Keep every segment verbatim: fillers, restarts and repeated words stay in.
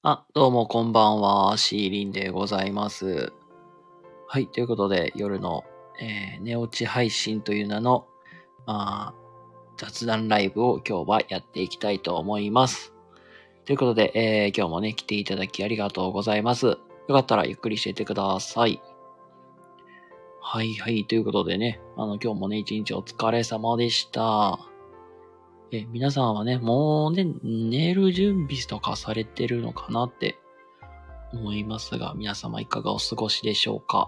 あ、どうもこんばんは、シーリンでございます。はい、ということで、夜の、えー寝落ち配信という名の、まあ、雑談ライブを今日はやっていきたいと思います。ということで、えー今日もね、来ていただきありがとうございます。よかったらゆっくりしていてください。はいはい、ということでね、あの、今日もね、一日お疲れ様でした。え、皆さんはね、もうね、寝る準備とかされてるのかなって思いますが、皆様いかがお過ごしでしょうか。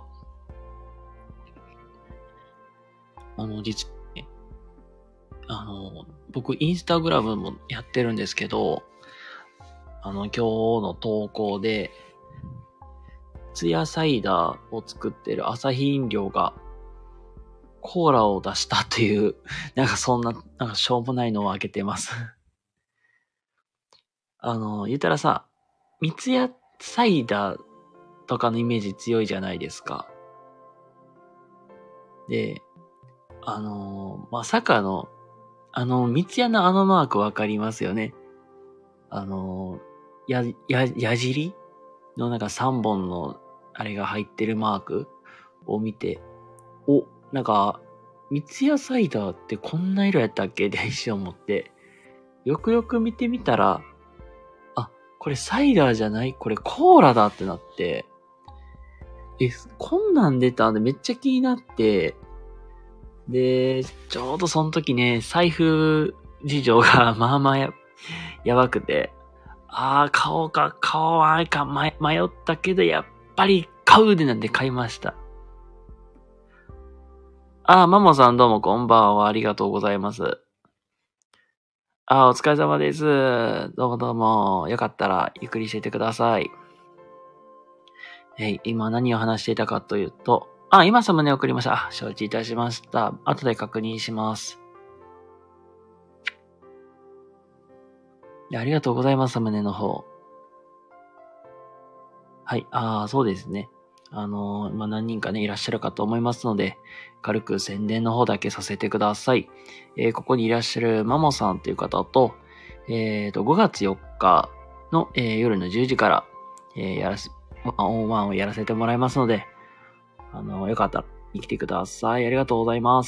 あの、実、あの、僕、インスタグラムもやってるんですけど、あの、今日の投稿で、ツヤサイダーを作ってるアサヒ飲料が、コーラを出したという、なんかそんな、なんかしょうもないのをあげてます。あの、言ったらさ、三ツ矢サイダーとかのイメージ強いじゃないですか。で、あの、まさかの、あの、三ツ矢のあのマークわかりますよね。あの、や、や、矢尻のなんかさんぼんのあれが入ってるマークを見て、お、なんか、三ツ矢サイダーってこんな色やったっけって一瞬思って、よくよく見てみたら、あ、これサイダーじゃない？これコーラだってなって、え、こんなん出たんでめっちゃ気になって、で、ちょうどその時ね、財布事情がまあまあや、やばくて、ああ、買おうか、買おうあいか、迷ったけど、やっぱり買うでなんで買いました。ああ、マモさんどうもこんばんは。ありがとうございます。ああ、お疲れ様です。どうもどうも。よかったらゆっくりしていてください。えい、今何を話していたかというと、あ、今サムネ送りました。あ、承知いたしました。後で確認します。いや、ありがとうございます、サムネの方。はい、ああ、そうですね。あのー、まあ、何人かね、いらっしゃるかと思いますので、軽く宣伝の方だけさせてください。えー、ここにいらっしゃるマモさんという方と、えーと、ごがつよっかの、えー、夜のじゅうじから、えー、やらせ、ワンオンワンをやらせてもらいますので、あのー、よかったら来てください。ありがとうございます。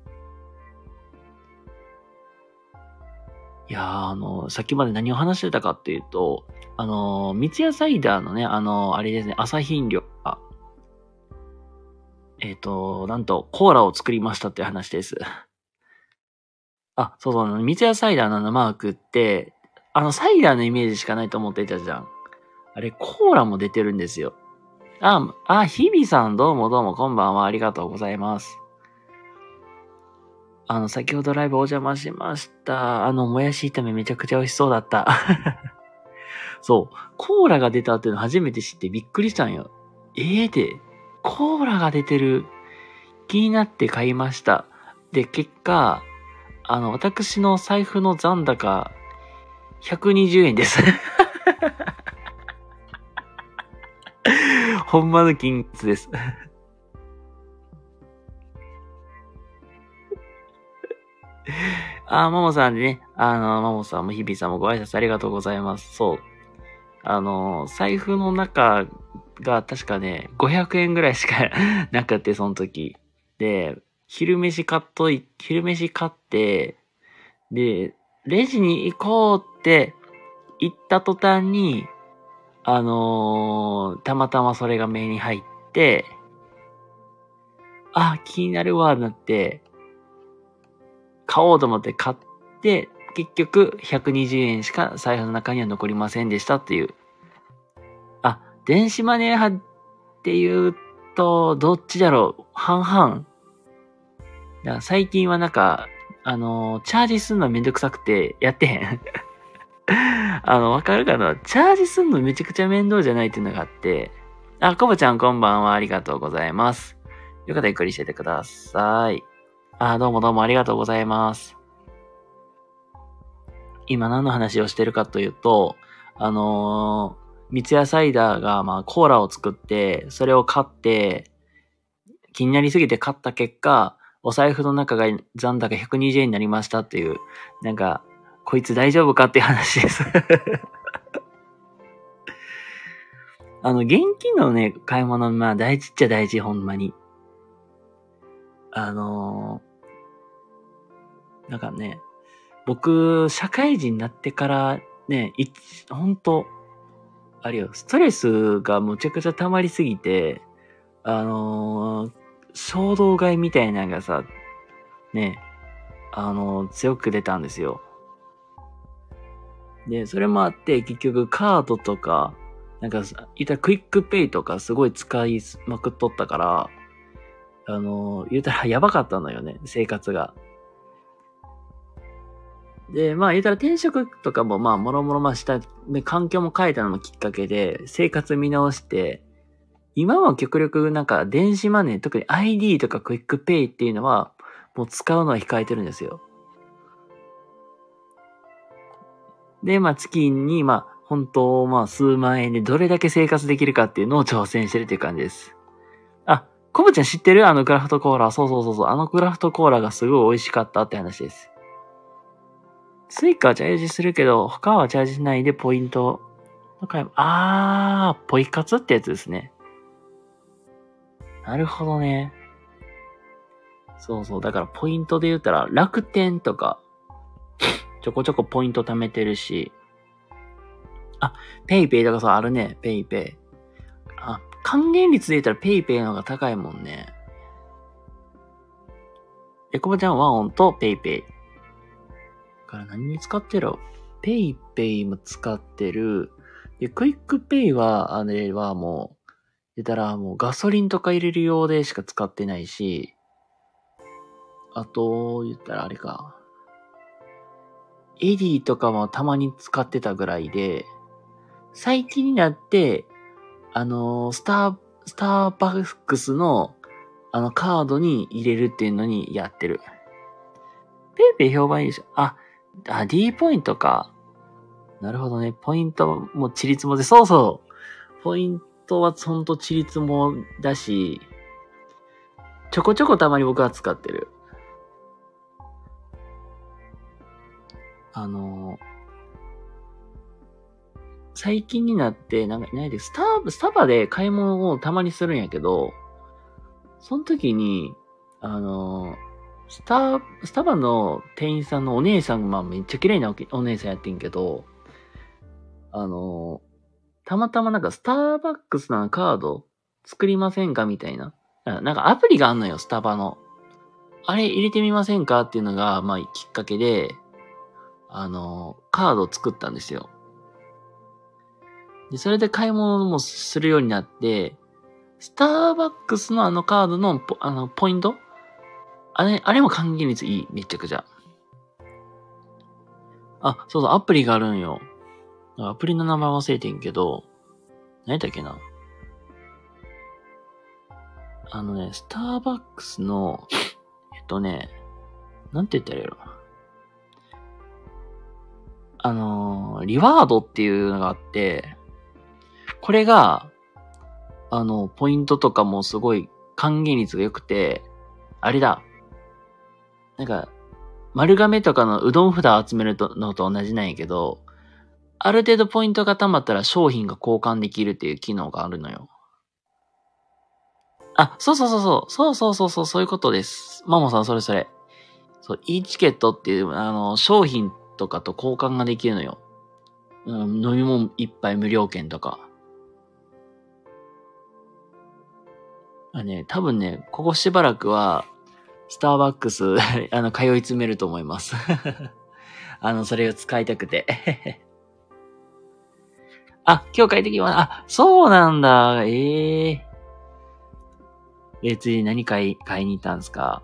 いやー、あのー、さっきまで何を話してたかっていうと、あのー、三ツ矢サイダーのね、あのー、あれですね、朝日飲料が、えっと、なんと、コーラを作りましたって話です。あ、そうそう、三ツ矢サイダーのあのマークって、あの、サイダーのイメージしかないと思っていたじゃん。あれ、コーラも出てるんですよ。あ、あ、日々さんどうもどうもこんばんは。ありがとうございます。あの、先ほどライブお邪魔しました。あの、もやし炒めめちゃくちゃ美味しそうだった。そう、コーラが出たっていうの初めて知ってびっくりしたんよ。ええー、で、コーラが出てる。気になって買いました。で、結果、あの、私の財布の残高、ひゃくにじゅうえんです。ほんまの金額です。あ、ももさんでね、あの、ももさんも日々さんもご挨拶ありがとうございます。そう。あの、財布の中が確かね、ごひゃくえんぐらいしかなくて、その時。で、昼飯買っとい、昼飯買って、で、レジに行こうって言った途端に、あのー、たまたまそれが目に入って、あ、気になるわ、なって、買おうと思って買って、結局ひゃくにじゅうえんしか財布の中には残りませんでしたっていう。あ、電子マネー派っていうと、どっちだろう半々。だから最近はなんか、あのー、チャージすんのめんどくさくてやってへん。あの、わかるかな？チャージすんのめちゃくちゃ面倒じゃないっていうのがあって、あ、コボちゃんこんばんは。ありがとうございます。よかったらゆっくりしててください。あ、どうもどうもありがとうございます。今何の話をしてるかというと、あのー、三ツ矢サイダーが、まあ、コーラを作って、それを買って、気になりすぎて買った結果、お財布の中が残高ひゃくにじゅうえんになりましたっていう、なんか、こいつ大丈夫かっていう話です。 あの、現金のね、買い物、まあ大事っちゃ大事、ほんまに。あのー、なんかね、僕、社会人になってからね、いほんと、あれよ、ストレスがむちゃくちゃ溜まりすぎて、あのー、衝動買いみたいなのがさ、ね、あのー、強く出たんですよ。で、それもあって、結局カードとか、なんか、言ったらクイックペイとかすごい使いまくっとったから、あのー、言ったらやばかったのよね、生活が。で、まあ言ったら転職とかもまあもろもろまあした、環境も変えたのもきっかけで、生活見直して、今は極力なんか電子マネー、特に アイディー とかクイックペイっていうのは、もう使うのは控えてるんですよ。で、まあ月にまあ本当まあ数万円でどれだけ生活できるかっていうのを挑戦してるっていう感じです。あ、コブちゃん知ってる？あのクラフトコーラ。そうそうそうそう。あのクラフトコーラがすごい美味しかったって話です。スイカはチャージするけど、他はチャージしないでポイント。あー、ポイ活ってやつですね。なるほどね。そうそう。だからポイントで言ったら楽天とか、ちょこちょこポイント貯めてるし。あ、ペイペイとかさ、あるね。ペイペイ。あ、還元率で言ったらペイペイの方が高いもんね。え、こぼちゃんワンオンとペイペイ。だから何に使ってる？ペイペイも使ってる。で、クイックペイは、あれはもう、言ったらもうガソリンとか入れる用でしか使ってないし、あと、言ったらあれか。エディとかもたまに使ってたぐらいで、最近になって、あのー、スター、スターバックスの、あのカードに入れるっていうのにやってる。ペイペイ評判いいでしょ。あ、あ、D ポイントか。なるほどね。ポイントもチリツモで、そうそう。ポイントはほんとチリツモだし、ちょこちょこたまに僕は使ってる。あのー、最近になって、なんかいないで、スタ、スタバで買い物をたまにするんやけど、その時に、あのー、スタ、スタバの店員さんのお姉さんが、まあめっちゃ綺麗なお姉さんやってんけど、あのー、たまたまなんかスターバックスのカード作りませんかみたいな。なんかアプリがあんのよ、スタバの。あれ入れてみませんかっていうのが、まあきっかけで、あのー、カードを作ったんですよ。で、それで買い物もするようになって、スターバックスのあのカードのポ、あの、ポイントあれ、あれも還元率いい。めちゃくちゃ。あ、そうそう、アプリがあるんよ。アプリの名前忘れてんけど、何だっけな。あのね、スターバックスの、えっとね、なんて言ったらいいやろ。あのー、リワードっていうのがあって、これが、あの、ポイントとかもすごい還元率が良くて、あれだ。なんか、丸亀とかのうどん札集めるのと同じなんやけど、ある程度ポイントが貯まったら商品が交換できるっていう機能があるのよ。あ、そうそうそうそう。そうそうそうそう、そういうことです。マモさん、それそれ。そう、e チケットっていう、あの、商品とかと交換ができるのよ。うん、飲み物一杯無料券とか。あね、多分ね、ここしばらくは、スターバックス、あの、通い詰めると思います。あの、それを使いたくて。あ、今日帰ってきました。あ、そうなんだ。ええー。え、次何買い、買いに行ったんですか？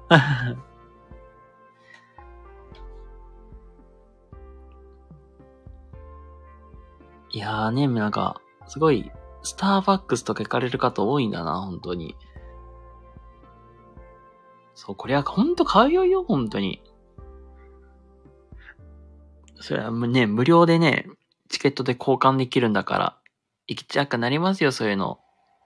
いやーね、なんか、すごい、スターバックスとか行かれる方多いんだな、本当に。そう、これはほんと買うよよ、本当に。それはね、無料でね、チケットで交換できるんだから、行きたくなりますよ、そういうの。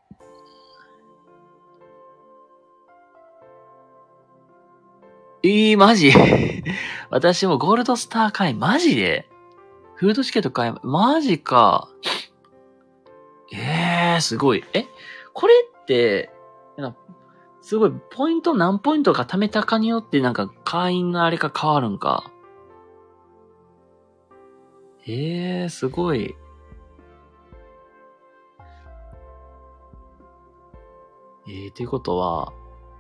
えー、マジ私もゴールドスター会員、マジでフードチケット買い、マジか。えー、 ー、すごい。え、これって、なんかすごい、ポイント何ポイントか貯めたかによってなんか会員のあれが変わるんか。えー、すごい。えー、ということは、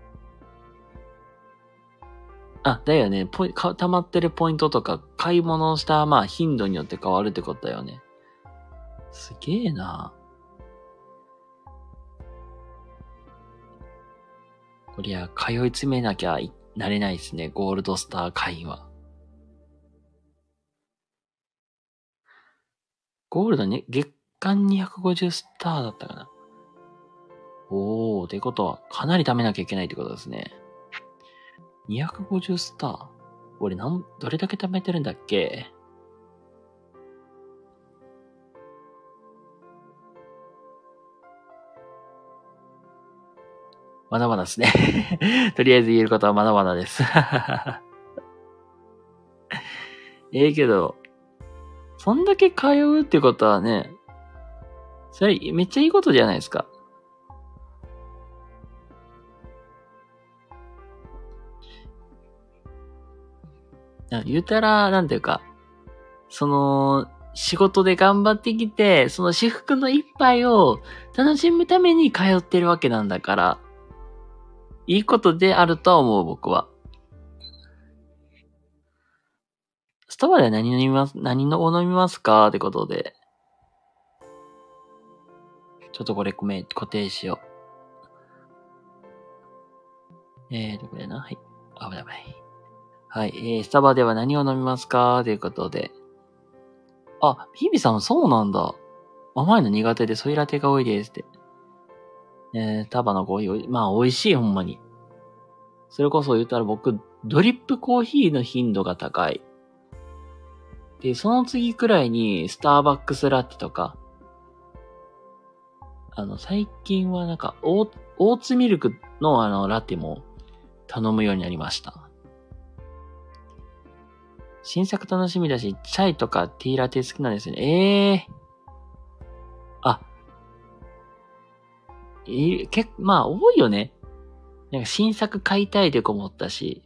あ、だよね。ポイ、か、溜まってるポイントとか、買い物をした、まあ、頻度によって変わるってことだよね。すげえな。こりゃ、通い詰めなきゃいなれないですね。ゴールドスター会員は。ゴールドね、月間にひゃくごじゅうスターだったかな。おー、ってことは、かなり貯めなきゃいけないってことですね。にひゃくごじゅうスター。俺なん、どれだけ貯めてるんだっけ？まだまだですね。とりあえず言えることはまだまだです。ええけど、そんだけ通うってことはね、それめっちゃいいことじゃないですか。言うたら、なんていうか、その、仕事で頑張ってきて、その至福の一杯を楽しむために通ってるわけなんだから、いいことであるとは思う、僕は。スタバで何飲みます、何のを飲みますかってことで。ちょっとこれごめん、固定しよう。えーと、これな。はい。あ、危ない危ない。はい。えー、スタバでは何を飲みますかということで。あ、ヒビさんそうなんだ。甘いの苦手でソイラテが多いですって。えー、タバのコーヒー、まあ美味しい、ほんまに。それこそ言ったら僕、ドリップコーヒーの頻度が高い。で、その次くらいに、スターバックスラテとか、あの、最近はなんか、オー、オーツミルクのあの、ラテも頼むようになりました。新作楽しみだし、チャイとかティーラテ好きなんですよね。ええー。あ、えー、けまあ、多いよね。なんか新作買いたいとか思ったし。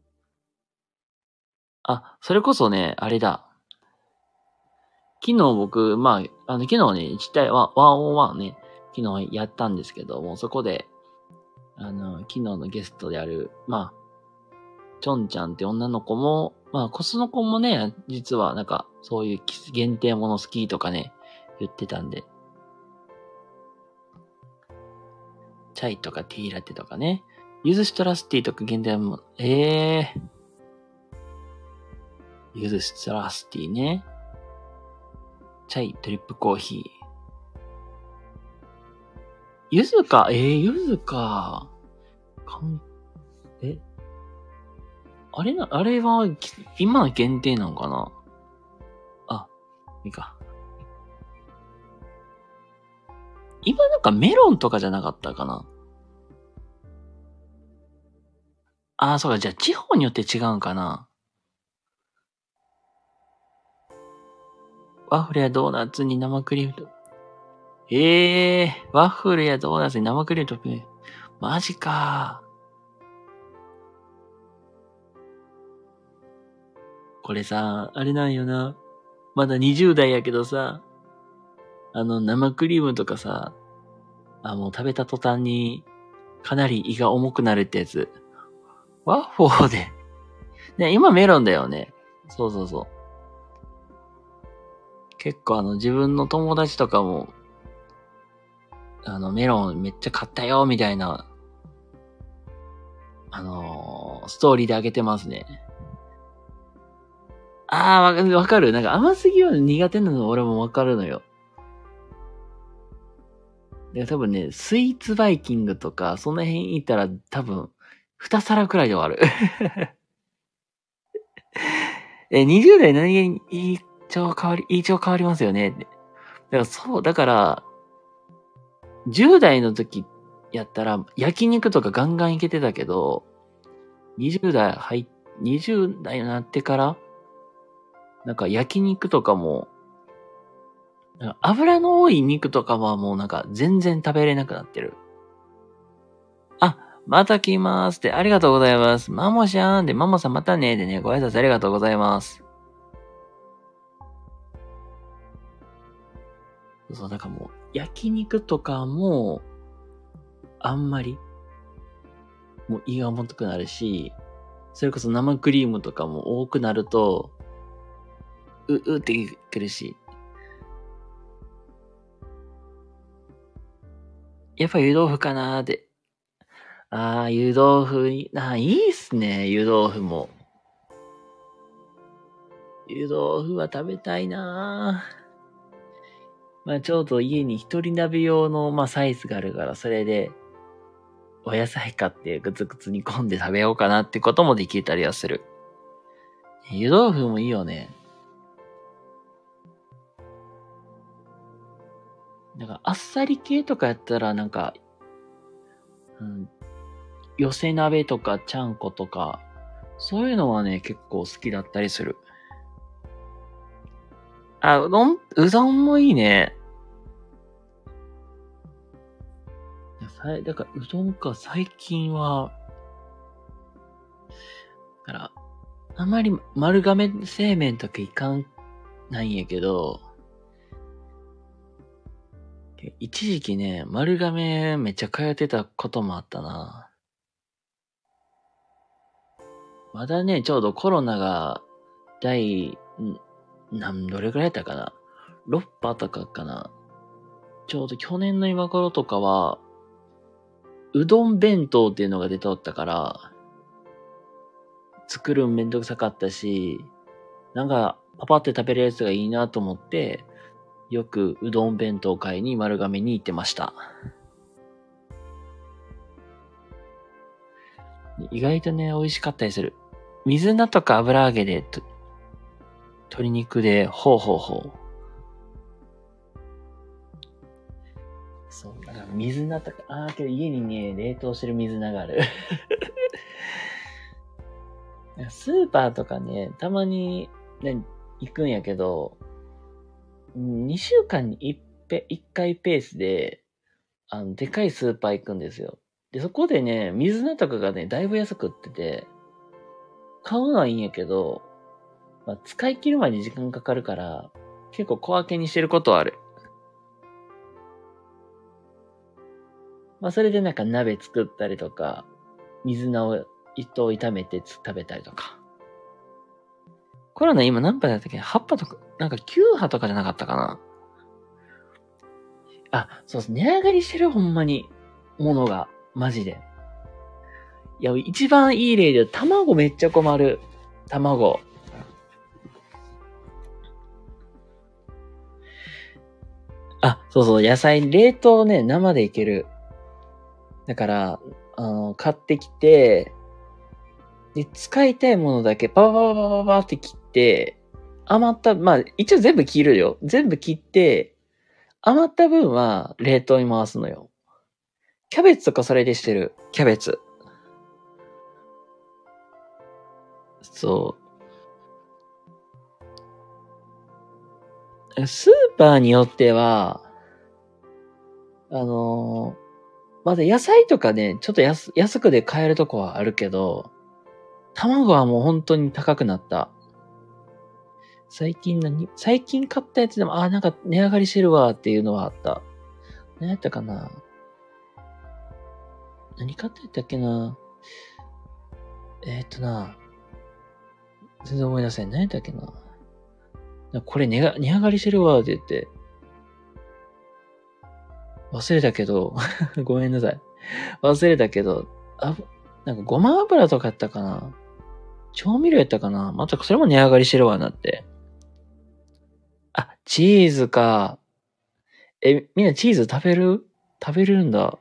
あ、それこそね、あれだ。昨日僕、まあ、あの、昨日ね、一体ワンオンワンね、昨日やったんですけども、そこで、あの、昨日のゲストである、まあ、チョンちゃんって女の子も、まあ、コスの子もね、実はなんか、そういう限定もの好きとかね、言ってたんで。チャイとかティーラテとかね。ユズシトラスティとか限定も、ええー。ユズシトラスティね。チャイ、ドリップコーヒー。ゆずか、えー、ゆずか。かん、えあれな、あれは、今の限定なのかな？あ、いいか。今なんかメロンとかじゃなかったかな？ああ、そうか、じゃあ地方によって違うんかな？ワッフルやドーナツに生クリームと、ええー、ワッフルやドーナツに生クリームとプリン。マジか。これさ、あれなんよな。まだにじゅう代やけどさ、あの、生クリームとかさ、あ、もう食べた途端に、かなり胃が重くなるってやつ。ワッフォーで。ね、今メロンだよね。そうそうそう。結構あの、自分の友達とかも、あの、メロンめっちゃ買ったよ、みたいな、あのー、ストーリーであげてますね。あー、わかる、わかる。なんか甘すぎは苦手なの俺もわかるのよ。で、多分ね、スイーツバイキングとか、その辺行ったら多分、二皿くらいで終わる。え、にじゅう代何気に胃腸変わり、胃腸変わりますよね。だからそう、だから、じゅう代の時やったら、焼肉とかガンガン行けてたけど、にじゅう代入っ、にじゅう代になってから、なんか焼肉とかも、 なんか油の多い肉とかはもうなんか全然食べれなくなってる。あ、また来まーすって、ありがとうございます。マモシャーンで、マモさんまたねでね、ご挨拶ありがとうございます。そう、だからもう、焼肉とかも、あんまり、もう胃が重くなるし、それこそ生クリームとかも多くなると、う、うってくるし。やっぱ湯豆腐かなーって。あー、湯豆腐いい、あー、いいっすね、湯豆腐も。湯豆腐は食べたいなー。まあちょうど家に一人鍋用の、まあサイズがあるから、それで、お野菜買ってグツグツ煮込んで食べようかなってこともできたりはする。湯豆腐もいいよね。なんかあっさり系とかやったらなんか、うん、寄せ鍋とかちゃんことか、そういうのはね、結構好きだったりする。あ、うどん、うどんもいいね。だから、うどんか、最近は、だから、あまり丸亀製麺とかいかんないんやけど、一時期ね、丸亀めっちゃ通ってたこともあったな。まだね、ちょうどコロナが、第、なん、どれくらいやったかな ?ろく 波とかかな。ちょうど去年の今頃とかは、うどん弁当っていうのが出ておったから、作るんめんどくさかったし、なんか、パパって食べれるやつがいいなと思って、よくうどん弁当買いに丸亀に行ってました。意外とね、美味しかったりする。水菜とか油揚げで、鶏肉で、ほうほうほう。そう、だから水菜とか、あーけど家にね、冷凍してる水菜がある。スーパーとかね、たまに、ね、行くんやけど、にしゅうかんにいっぺ、いっかいペースで、あの、でかいスーパー行くんですよ。で、そこでね、水菜とかがね、だいぶ安く売ってて、買うのはいいんやけど、まあ、使い切るまで時間かかるから、結構小分けにしてることはある。まあ、それでなんか鍋作ったりとか、水菜を糸を炒めて食べたりとか。コロナ今何波だったっけ ?はち 波とか、なんかきゅう波とかじゃなかったかな。あ、そうです。値上がりしてるほんまに。ものが。マジで。いや、一番いい例で、卵めっちゃ困る。卵。あ、そうそう、野菜、冷凍ね、生でいける。だから、あの、買ってきて、で、使いたいものだけパパパパパパって切って、余った、まあ、一応全部切るよ。全部切って、余った分は冷凍に回すのよ。キャベツとかそれでしてる。キャベツ。そう。スーパーによっては、あのー、まだ野菜とかね、ちょっと安、安くで買えるとこはあるけど、卵はもう本当に高くなった。最近何最近買ったやつでも、あ、なんか値上がりしてるわっていうのはあった。何やったかな何買ったやったっけなえー、っとな全然思い出せん。何やったっけなこれ値が、値上がりしてるわって言って、忘れたけど、ごめんなさい。忘れたけど、あ、なんかごま油とかやったかな調味料やったかなまたそれも値上がりしてるわなって。あ、チーズか。え、みんなチーズ食べる食べれるんだ。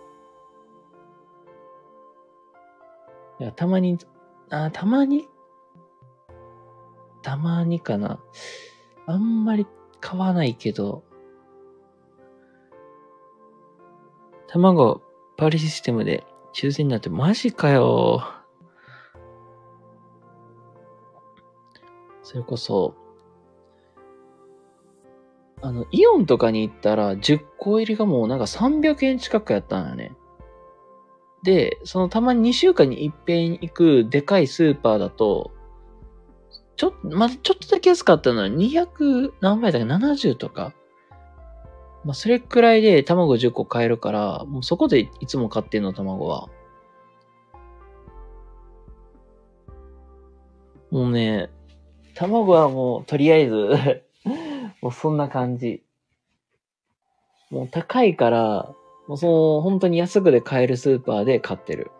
いや、たまに、あ、たまに、たまにかな。あんまり買わないけど、卵、パリシステムで抽選になって、マジかよ。それこそ、 あの、イオンとかに行ったらじゅっこ入りがもうなんかさんびゃくえん近くやったんよね。で、そのたまににしゅうかんに一遍行くでかいスーパーだと、ちょっと、まずちょっとだけ安かったのはにひゃく何倍だっけ ?ななじゅう とか。まあ、それくらいで卵じゅっこ買えるから、もうそこでいつも買ってんの、卵は。もうね、卵はもうとりあえずもうそんな感じ。もう高いから、もうその本当に安くで買えるスーパーで買ってる。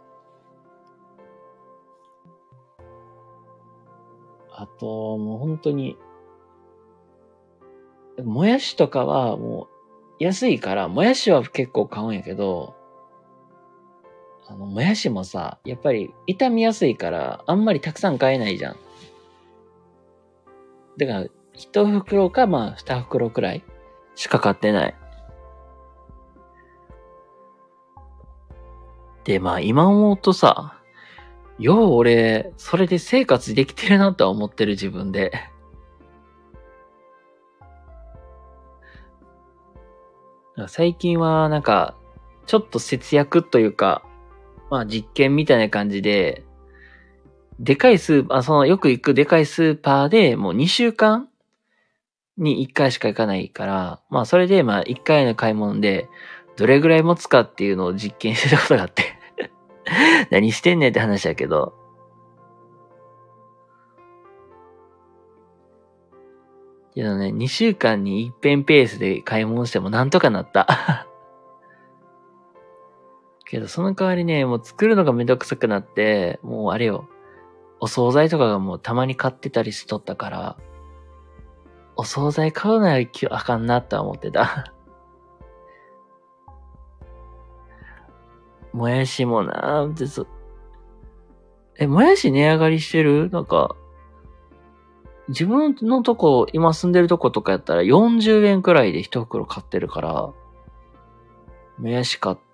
あと、もう本当に、もやしとかはもう安いから、もやしは結構買うんやけど、あの、もやしもさ、やっぱり傷みやすいから、あんまりたくさん買えないじゃん。だから、一袋か、まあ、二袋くらいしか買ってない。で、まあ、今思うとさ、よう俺、それで生活できてるなとは思ってる自分で。最近は、なんか、ちょっと節約というか、まあ実験みたいな感じで、でかいスーパー、そのよく行くでかいスーパーでもうにしゅうかんにいっかいしか行かないから、まあそれでまあいっかいの買い物でどれぐらい持つかっていうのを実験してたことがあって何してんねんって話だけど。けどね、にしゅうかんに一遍ペースで買い物してもなんとかなったけどその代わりね、もう作るのがめんどくさくなって、もうあれよ、お惣菜とかがもうたまに買ってたりしとったから、お惣菜買うのはあかんなって思ってた。もやしもなーってそ、え、もやし値上がりしてるなんか、自分のとこ、今住んでるとことかやったらよんじゅうえんくらいで一袋買ってるから、もやし買って、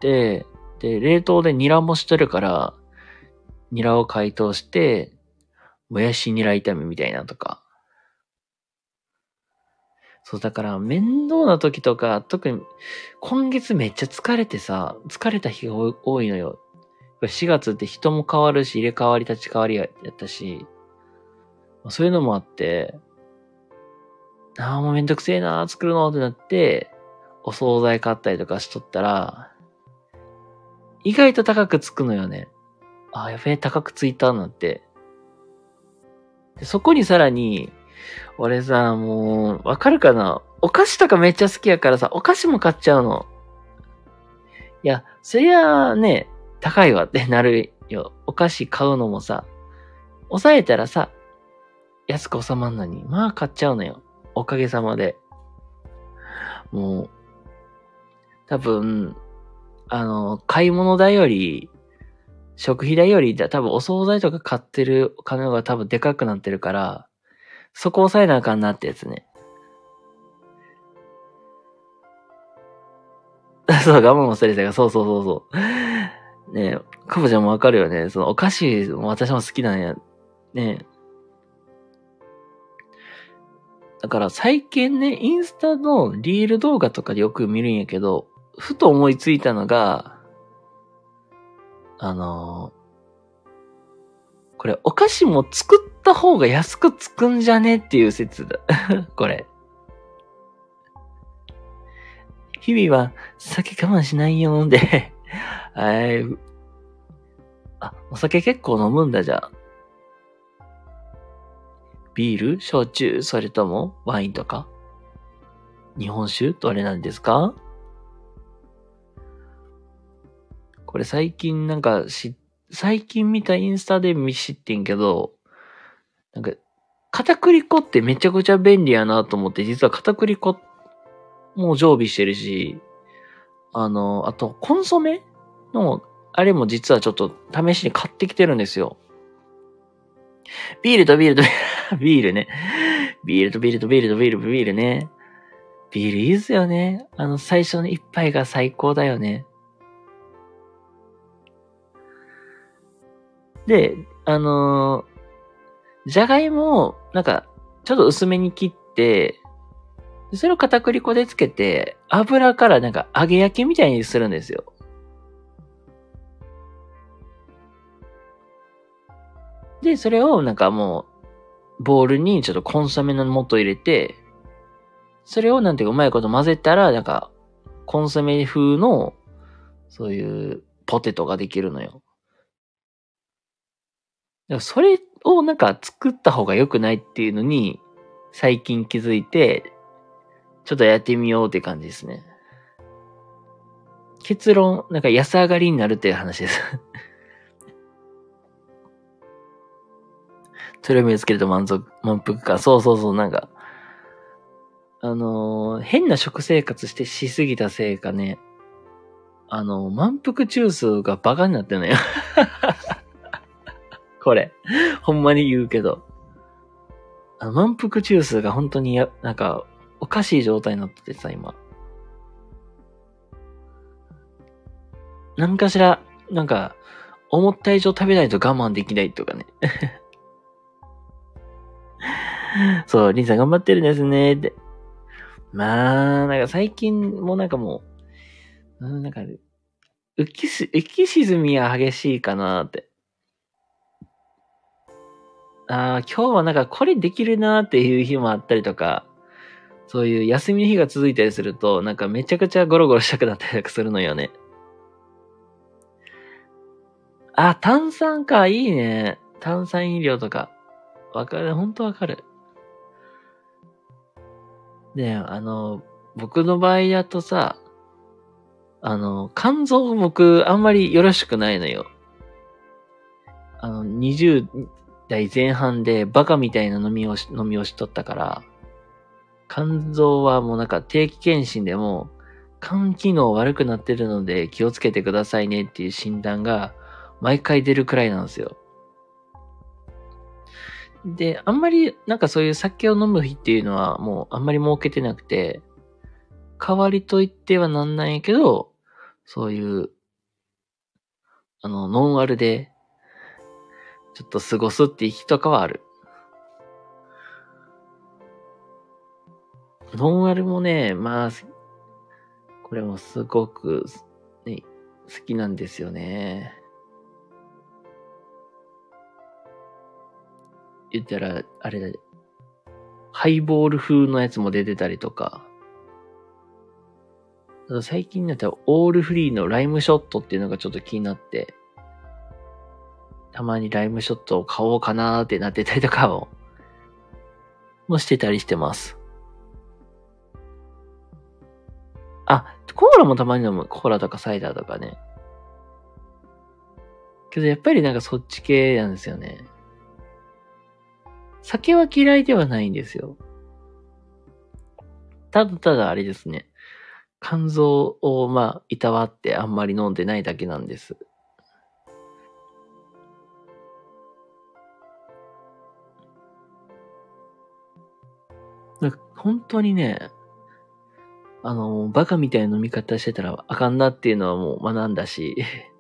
で、冷凍でニラもしてるから、ニラを解凍して、もやしニラ炒めみたいなとか。そう、だから面倒な時とか、特に今月めっちゃ疲れてさ、疲れた日が多いのよ。しがつって人も変わるし、入れ替わり立ち替わりやったし、そういうのもあって、ああ、もうめんどくせえなー作るのってなって、お惣菜買ったりとかしとったら、意外と高くつくのよね。ああ、やべえ、高くついたなって。でそこにさらに、俺さ、もう、わかるかな？お菓子とかめっちゃ好きやからさ、お菓子も買っちゃうの。いや、そりゃあね、高いわってなるよ。お菓子買うのもさ、抑えたらさ、安く収まんのに、まあ買っちゃうのよ。おかげさまで。もう、多分、あの、買い物代より、食費代より、多分お惣菜とか買ってるお金が多分でかくなってるから、そこ抑えなあかんなってやつね。そう、我慢もされたから、そうそうそうそう。ねえ、かぼちゃんもわかるよね。そのお菓子も私も好きなんや。ねえ。だから最近ね、インスタのリール動画とかでよく見るんやけど、ふと思いついたのが、あのー、これお菓子も作った方が安くつくんじゃねっていう説だ。これ。日々は酒我慢しないよではい。あ、お酒結構飲むんだじゃあ。ビール焼酎それともワインとか日本酒どれなんですか？これ最近なんかし、最近見たインスタで見知ってんけど、なんか、片栗粉ってめちゃくちゃ便利やなと思って、実は片栗粉も常備してるし、あの、あと、コンソメの、あれも実はちょっと試しに買ってきてるんですよ。ビールとビールとビールね。ビールとビールとビールとビールとビールね。ビールいいっすよね。あの、最初の一杯が最高だよね。で、あのー、じゃがいもを、なんか、ちょっと薄めに切って、 それを片栗粉でつけて、油からなんか揚げ焼きみたいにするんですよ。で、それをなんかもう、ボウルにちょっとコンソメの素入れて、それをなんていうかうまいこと混ぜたら、なんか、コンソメ風の、そういうポテトができるのよ。だからそれをなんか作った方が良くないっていうのに、最近気づいて、ちょっとやってみようって感じですね。結論、なんか安上がりになるっていう話です。とりあえずつけると満足、満腹感。そうそうそう、なんか、あのー変な食生活してしすぎたせいかね、あのー満腹中枢がバカになってんのよ。これ。ほんまに言うけど。あの満腹中枢が本当にや、なんか、おかしい状態になっててさ、今。なんかしら、なんか、思った以上食べないと我慢できないとかね。そう、リンさん頑張ってるんですね、って。まあ、なんか最近もなんかもう、うん、なんか、浮きす、浮き沈みは激しいかなって。ああ、今日はなんかこれできるなーっていう日もあったりとか、そういう休みの日が続いたりすると、なんかめちゃくちゃゴロゴロしたくなったりとかするのよね。あ、炭酸か、いいね。炭酸飲料とか。わかる、ほんとわかる。で、あの、僕の場合だとさ、あの、肝臓僕あんまりよろしくないのよ。あの、にじゅう代前半でバカみたいな飲みをし、飲みをしとったから、肝臓はもうなんか定期検診でも、肝機能悪くなってるので気をつけてくださいねっていう診断が毎回出るくらいなんですよ。で、あんまりなんかそういう酒を飲む日っていうのはもうあんまり設けてなくて、代わりと言ってはなんないんやけど、そういう、あの、ノンアルでちょっと過ごすっていう日とかはある。ノンアルもね、まあ、これもすごく、ね、好きなんですよね。言ったら、あれだ、ハイボール風のやつも出てたりとか、あと最近になったらオールフリーのライムショットっていうのがちょっと気になって、たまにライムショットを買おうかなーってなってたりとかを、もしてたりしてます。あ、コーラもたまに飲む。コーラとかサイダーとかね。けどやっぱりなんかそっち系なんですよね。酒は嫌いではないんですよ。ただただあれですね。肝臓をまあ、いたわってあんまり飲んでないだけなんです。なんか本当にね、あの、バカみたいな飲み方してたらあかんなっていうのはもう学んだし、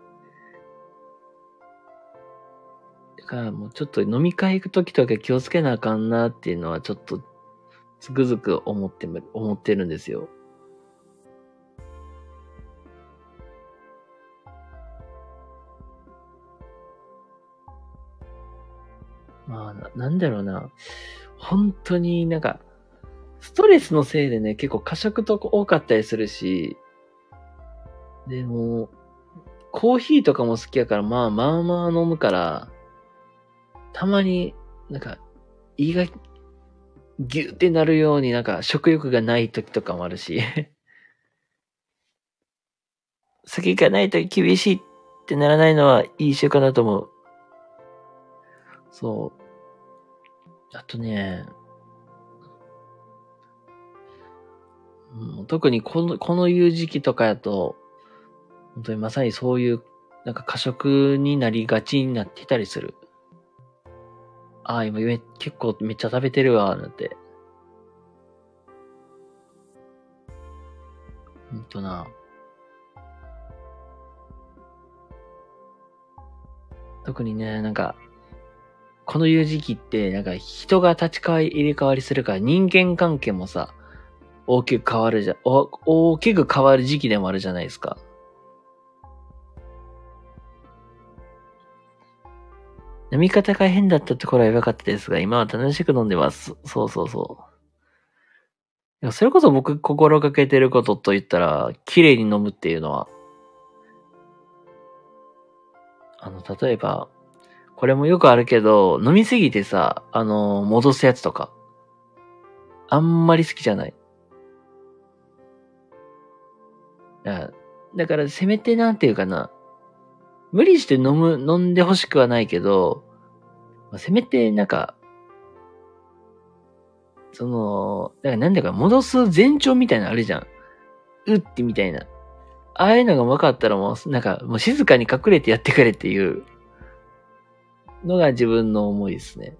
だからもうちょっと飲み会行くときとか気をつけなあかんなっていうのはちょっとつくづく思ってむ、思ってるんですよ。まあ、な、なんだろうな。本当になんか、ストレスのせいでね、結構過食とか多かったりするし、でも、コーヒーとかも好きやから、まあまあまあ飲むから、たまになんか、胃がギューってなるようになんか食欲がない時とかもあるし、酒がないと厳しいってならないのはいい習慣だと思う。そう。あとね、うん、特にこの、このいう時期とかやと、本当にまさにそういう、なんか過食になりがちになってたりする。ああ、今め結構めっちゃ食べてるわ、なんて。ほんとな。特にね、なんか、このいう時期って、なんか人が立ち替わり入れ替わりするから人間関係もさ、 大きく変わるじゃ、お大きく変わる時期でもあるじゃないですか。飲み方が変だったところはやばかったですが、今は楽しく飲んでます。そうそうそう。それこそ僕心がけてることと言ったら、綺麗に飲むっていうのは、あの、例えば、これもよくあるけど、飲みすぎてさ、あの、戻すやつとか、あんまり好きじゃない。だだから、せめてなんていうかな、無理して飲む、飲んでほしくはないけど、せめてなんか、その、だからなんだか戻す前兆みたいなのあるじゃん。うってみたいな。ああいうのが分かったらもう、なんかもう静かに隠れてやってくれっていうのが自分の思いですね。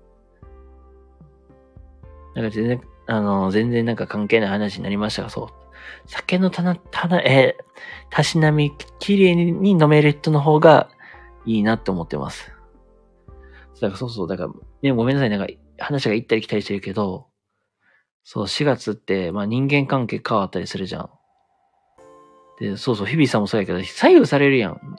なんか全然、あの、全然なんか関係ない話になりましたが、そう。酒のたな、たな、えー、たしなみ、綺麗に飲める人の方がいいなって思ってます。だからそうそう、だから、ね、ごめんなさい、なんか話が行ったり来たりしてるけど、そう、しがつって、まあ人間関係変わったりするじゃん。で、そうそう、日比さんもそうやけど、左右されるやん。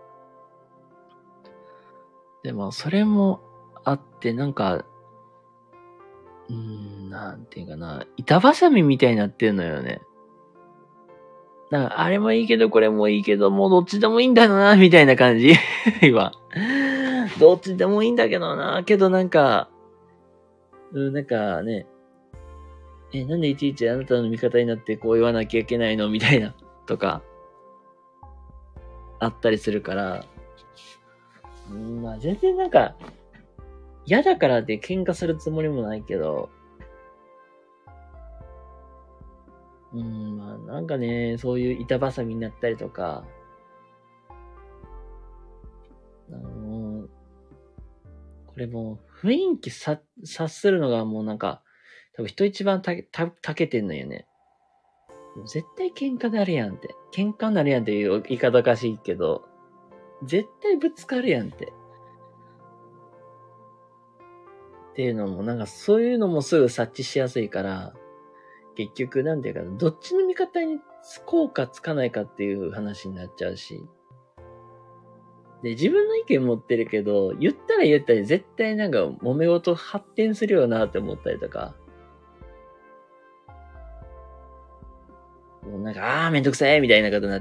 でも、それもあって、なんか、うーん、なんていうかな、板挟みみたいになってんのよね。なんか、あれもいいけど、これもいいけど、もうどっちでもいいんだよな、みたいな感じ。今。どっちでもいいんだけどな、けどなんか、うん、なんかね、え、なんでいちいちあなたの味方になってこう言わなきゃいけないのみたいな、とか、あったりするから、うん、まあ全然なんか、嫌だからって喧嘩するつもりもないけど、うん、まあなんかね、そういう板挟みになったりとか、あのーこれもう雰囲気さ察するのがもうなんか、多分人一番たたたけてんのよね。絶対喧嘩なるやんって。喧嘩なるやんっていう言い方おかしいけど、絶対ぶつかるやんって。っていうのも、なんかそういうのもすぐ察知しやすいから、結局なんていうかな、どっちの味方につこうかつかないかっていう話になっちゃうし。で、自分の意見持ってるけど、言ったら言ったら絶対なんか揉め事発展するよなって思ったりとか。もうなんか、あーめんどくさいみたいなことになって。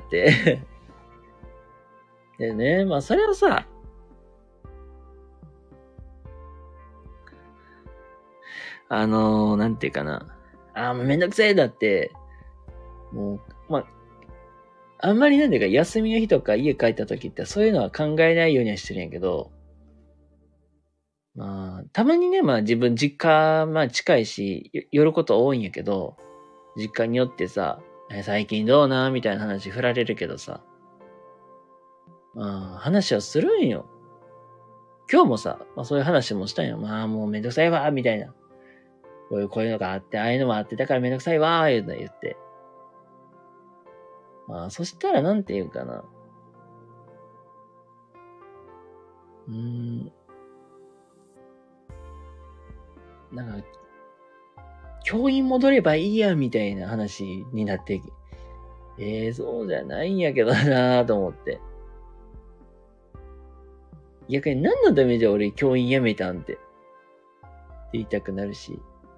でね、まあそれはさ、あのー、なんていうかな。あーもうめんどくさいだって、もう、まあ、あんまりなんていうか休みの日とか家帰った時ってそういうのは考えないようにはしてるんやけど、まあ、たまにね、まあ自分実家、まあ近いし、よ寄ること多いんやけど、実家によってさ、え最近どうなみたいな話振られるけどさ、まあ話はするんよ。今日もさ、まあそういう話もしたんよ。まあもうめんどくさいわ、みたいな。こういう、こういうのがあって、ああいうのもあって、だからめんどくさいわ、いうの言って。まあそしたらなんて言うかな。うーん、なんか、教員戻ればいいや、みたいな話になって、ええー、そうじゃないんやけどなぁと思って。逆に何のためじゃ俺教員辞めたんって、って言いたくなるし。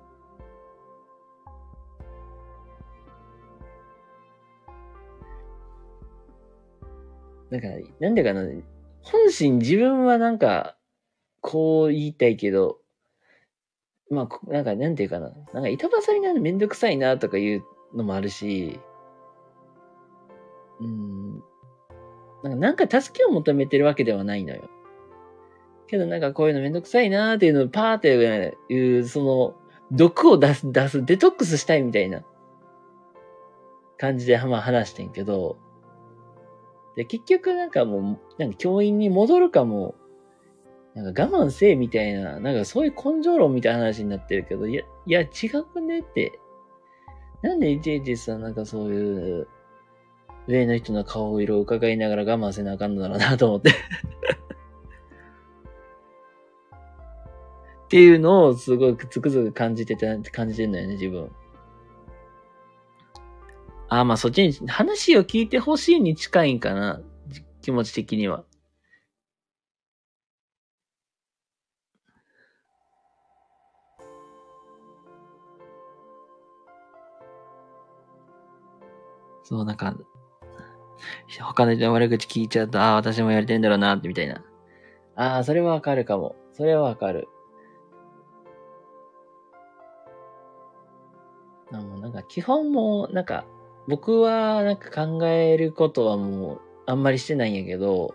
なんか、なんでかな、本心自分はなんか、こう言いたいけど、まあ、こなんか、なんていうかな、なんか板挟みなのめんどくさいなとかいうのもあるし、うん、なんか、なんか助けを求めてるわけではないのよ。けどなんかこういうのめんどくさいなーっていうのをパーっていう、その、毒を出す、出す、デトックスしたいみたいな感じで、まあ話してんけど、で、結局なんかもう、なんか教員に戻るかも、なんか我慢せえみたいな、なんかそういう根性論みたいな話になってるけど、いや、いや違くねって。なんでいちいちさ、なんかそういう、上の人の顔色を伺いながら我慢せなあかんのだろうなと思って。っていうのをすごいつくづく感じてた、感じてんのよね、自分。 ああ、まあそっちに、話を聞いてほしいに近いんかな。気持ち的には。そう、なんか、他の人の悪口聞いちゃうと、ああ、私もやりたいんだろうな、ってみたいな。ああ、それはわかるかも。それはわかる。あもうなんか基本も、なんか、僕はなんか考えることはもう、あんまりしてないんやけど、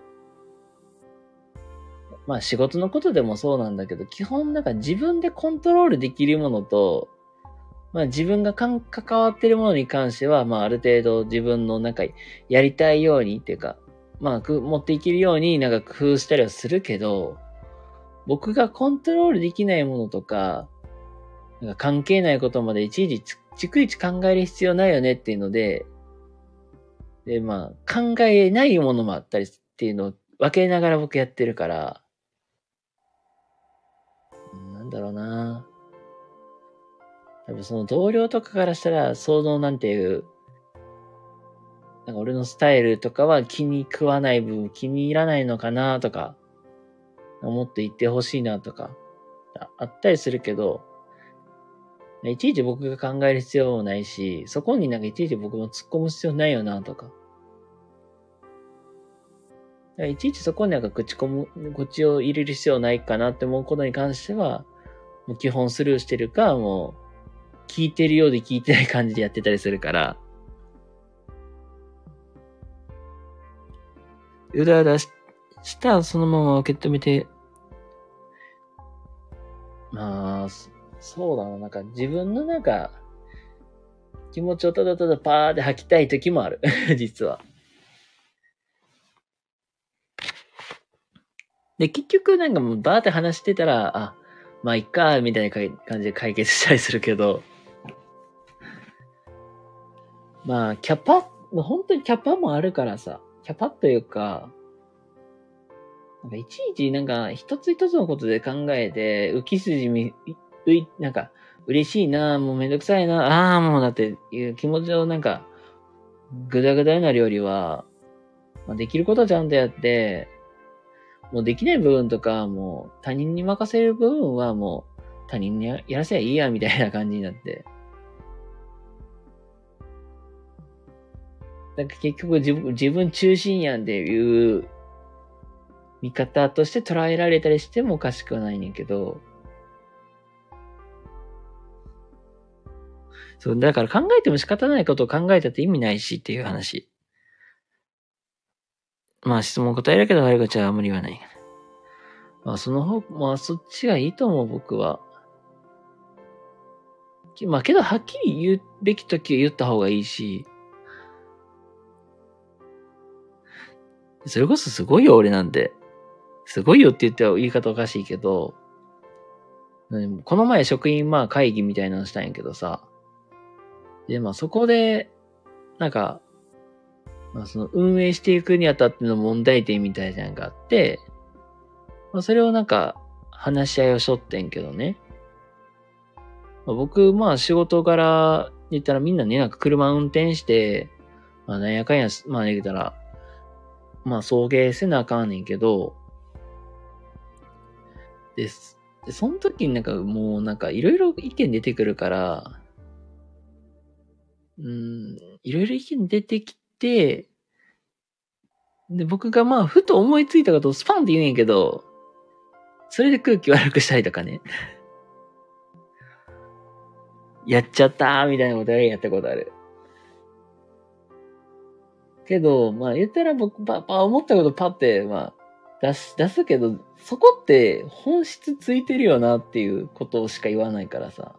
まあ仕事のことでもそうなんだけど、基本なんか自分でコントロールできるものと、まあ自分がかん関わってるものに関しては、まあある程度自分のなんかやりたいようにっていうか、まあく持っていけるようになんか工夫したりはするけど、僕がコントロールできないものとか、なんか関係ないことまでいちいち逐一考える必要ないよねっていうので、で、まあ考えないものもあったりっていうのを分けながら僕やってるから、なんだろうな。多分その同僚とかからしたら、そのなんていう、なんか俺のスタイルとかは気に食わない部分、気に入らないのかなとか、思って言ってほしいなとか、あったりするけど、いちいち僕が考える必要もないし、そこになんかいちいち僕も突っ込む必要ないよなとか。いちいちそこになんか口込む、口を入れる必要ないかなって思うことに関しては、もう基本スルーしてるか、もう聞いてるようで聞いてない感じでやってたりするから、うだうだししたらそのまま受け止めて、まあ、そうだな、なんか自分のなんか、気持ちをただただパーって吐きたい時もある。実は。で、結局なんかもうバーって話してたら、あ、まあいっか、みたいな感じで解決したりするけど、まあ、キャパ、本当にキャパもあるからさ、キャパというか、なんかいちいちなんか一つ一つのことで考えて、浮き筋み、うい、なんか、嬉しいな、もうめんどくさいな、ああ、もうだっていう気持ちをなんか、ぐだぐだになるよりは、まあ、できることはちゃんとやって、もうできない部分とか、もう他人に任せる部分はもう他人にやらせばいいや、みたいな感じになって。なんか結局自分、自分中心やんっていう見方として捉えられたりしてもおかしくはないねんけど、そう、だから考えても仕方ないことを考えたって意味ないしっていう話。まあ質問答えるけど悪口は無理はない。まあその方、まあそっちがいいと思う僕は。まあけどはっきり言うべき時は言った方がいいし、それこそすごいよ俺なんて。すごいよって言っては言い方おかしいけど、この前職員まあ会議みたいなのしたんやけどさ、でまあそこで、なんか、まあその運営していくにあたっての問題点みたいなのがあって、まあそれをなんか話し合いをしょってんけどね。まあ、僕まあ仕事柄言ったらみんなね、なんか車運転して、まあなんやかんや、まあ言ったら、まあ送迎せなあかんねんけど、です。で、その時になんかもうなんかいろいろ意見出てくるから、うん、いろいろ意見出てきて、で、僕がまあ、ふと思いついたことをスパンって言うんやけど、それで空気悪くしたりとかね。やっちゃったーみたいなことやったことある。けど、まあ言ったら僕パ、パ、思ったことパって、まあ、出す、出すけど、そこって本質ついてるよなっていうことしか言わないからさ。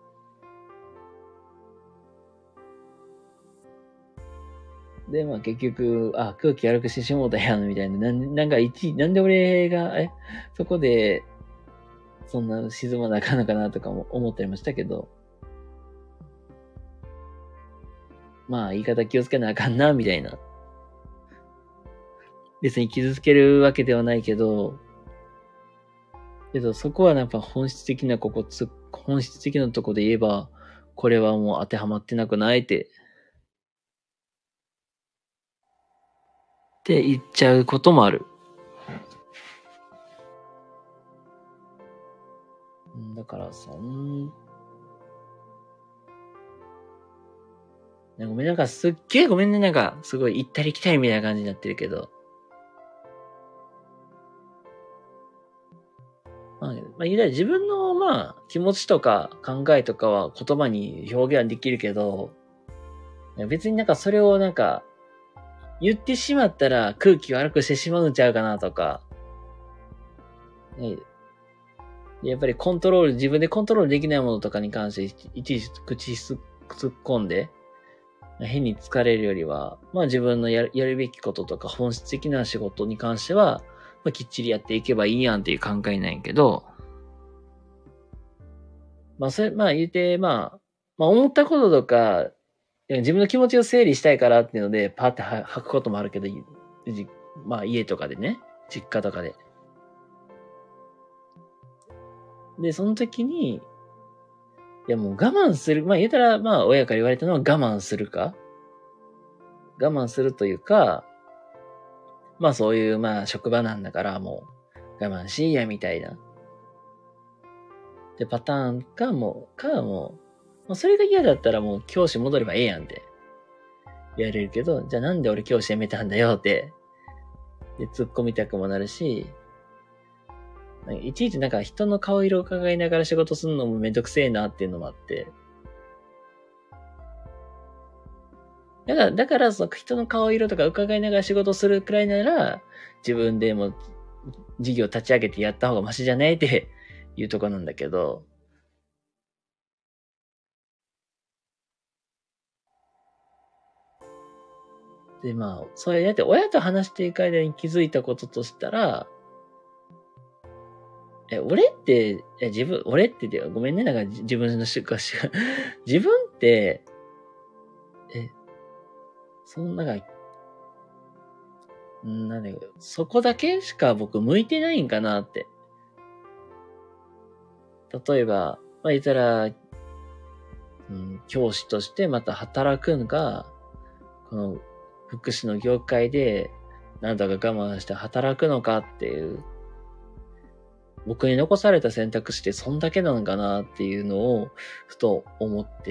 で、まあ結局、あ、空気悪くしてしもうたやん、みたいな。なん、なんか一、なんで俺が、え、そこで、そんな沈まなあかんのかなとかも思ったりもしたけど、まあ言い方気をつけなあかんな、みたいな。別に傷つけるわけではないけど、けどそこはやっぱ本質的なここつ、本質的なとこで言えば、これはもう当てはまってなくないってって言っちゃうこともある。だからそんごめん、なんかすっげえごめんね、なんかすごい行ったり来たりみたいな感じになってるけど。まあ、まあ、言うたら自分のまあ気持ちとか考えとかは言葉に表現はできるけど、別になんかそれをなんか言ってしまったら空気悪くしてしまうんちゃうかなとか、ね、やっぱりコントロール、自分でコントロールできないものとかに関していちいち口突っ込んで、変に疲れるよりは、まあ自分のやるやるべきこととか本質的な仕事に関しては、まあ、きっちりやっていけばいいやんっていう考えなんやけど、まあそれ、まあ言うて、まあ、まあ思ったこととか、自分の気持ちを整理したいからっていうので、パーって吐くこともあるけど、まあ家とかでね、実家とかで。で、その時に、いやもう我慢する、まあ言うたら、まあ親から言われたのは我慢するか我慢するというか、まあそういうまあ職場なんだからもう我慢しいやみたいな。で、パターンかもう、かもう、まあ、それが嫌だったらもう教師戻ればええやんって言われるけど、じゃあなんで俺教師辞めたんだよって、で突っ込みたくもなるし、いちいちなんか人の顔色を伺いながら仕事するのもめんどくせえなっていうのもあって。だから、だからその人の顔色とか伺いながら仕事するくらいなら、自分でも事業立ち上げてやった方がマシじゃねえっていうとこなんだけど。で、まあ、それやって親と話していく間に気づいたこととしたら、え、俺って、え、自分、俺ってで、ごめんね、なんか自分のしかし、自分って、え、そんなが、んなんだよ、そこだけしか僕向いてないんかなって。例えば、まあ言ったら、うん、教師としてまた働くのが、この福祉の業界で、なんとか我慢して働くのかっていう、僕に残された選択肢ってそんだけなのかなっていうのを、ふと思って、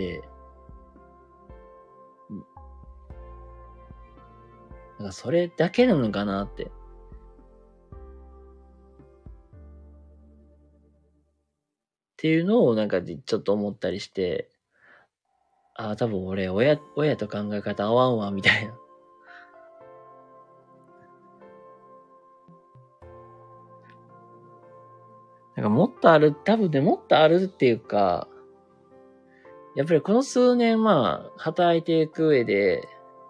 なんかそれだけなのかなって。っていうのをなんかちょっと思ったりして、ああ、多分俺、親、親と考え方合わんわ、みたいな。なんかもっとある、多分ね、もっとあるっていうか、やっぱりこの数年、まあ、働いていく上で、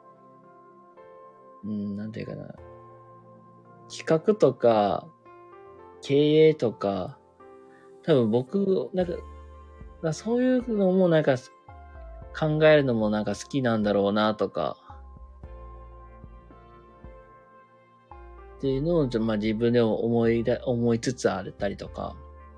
うん、なんていうかな。企画とか、経営とか、多分僕、なんか、そういうのもなんか、考えるのもなんか好きなんだろうなとか、っていうのを、まあ自分でも思いだ、思いつつあったりとか、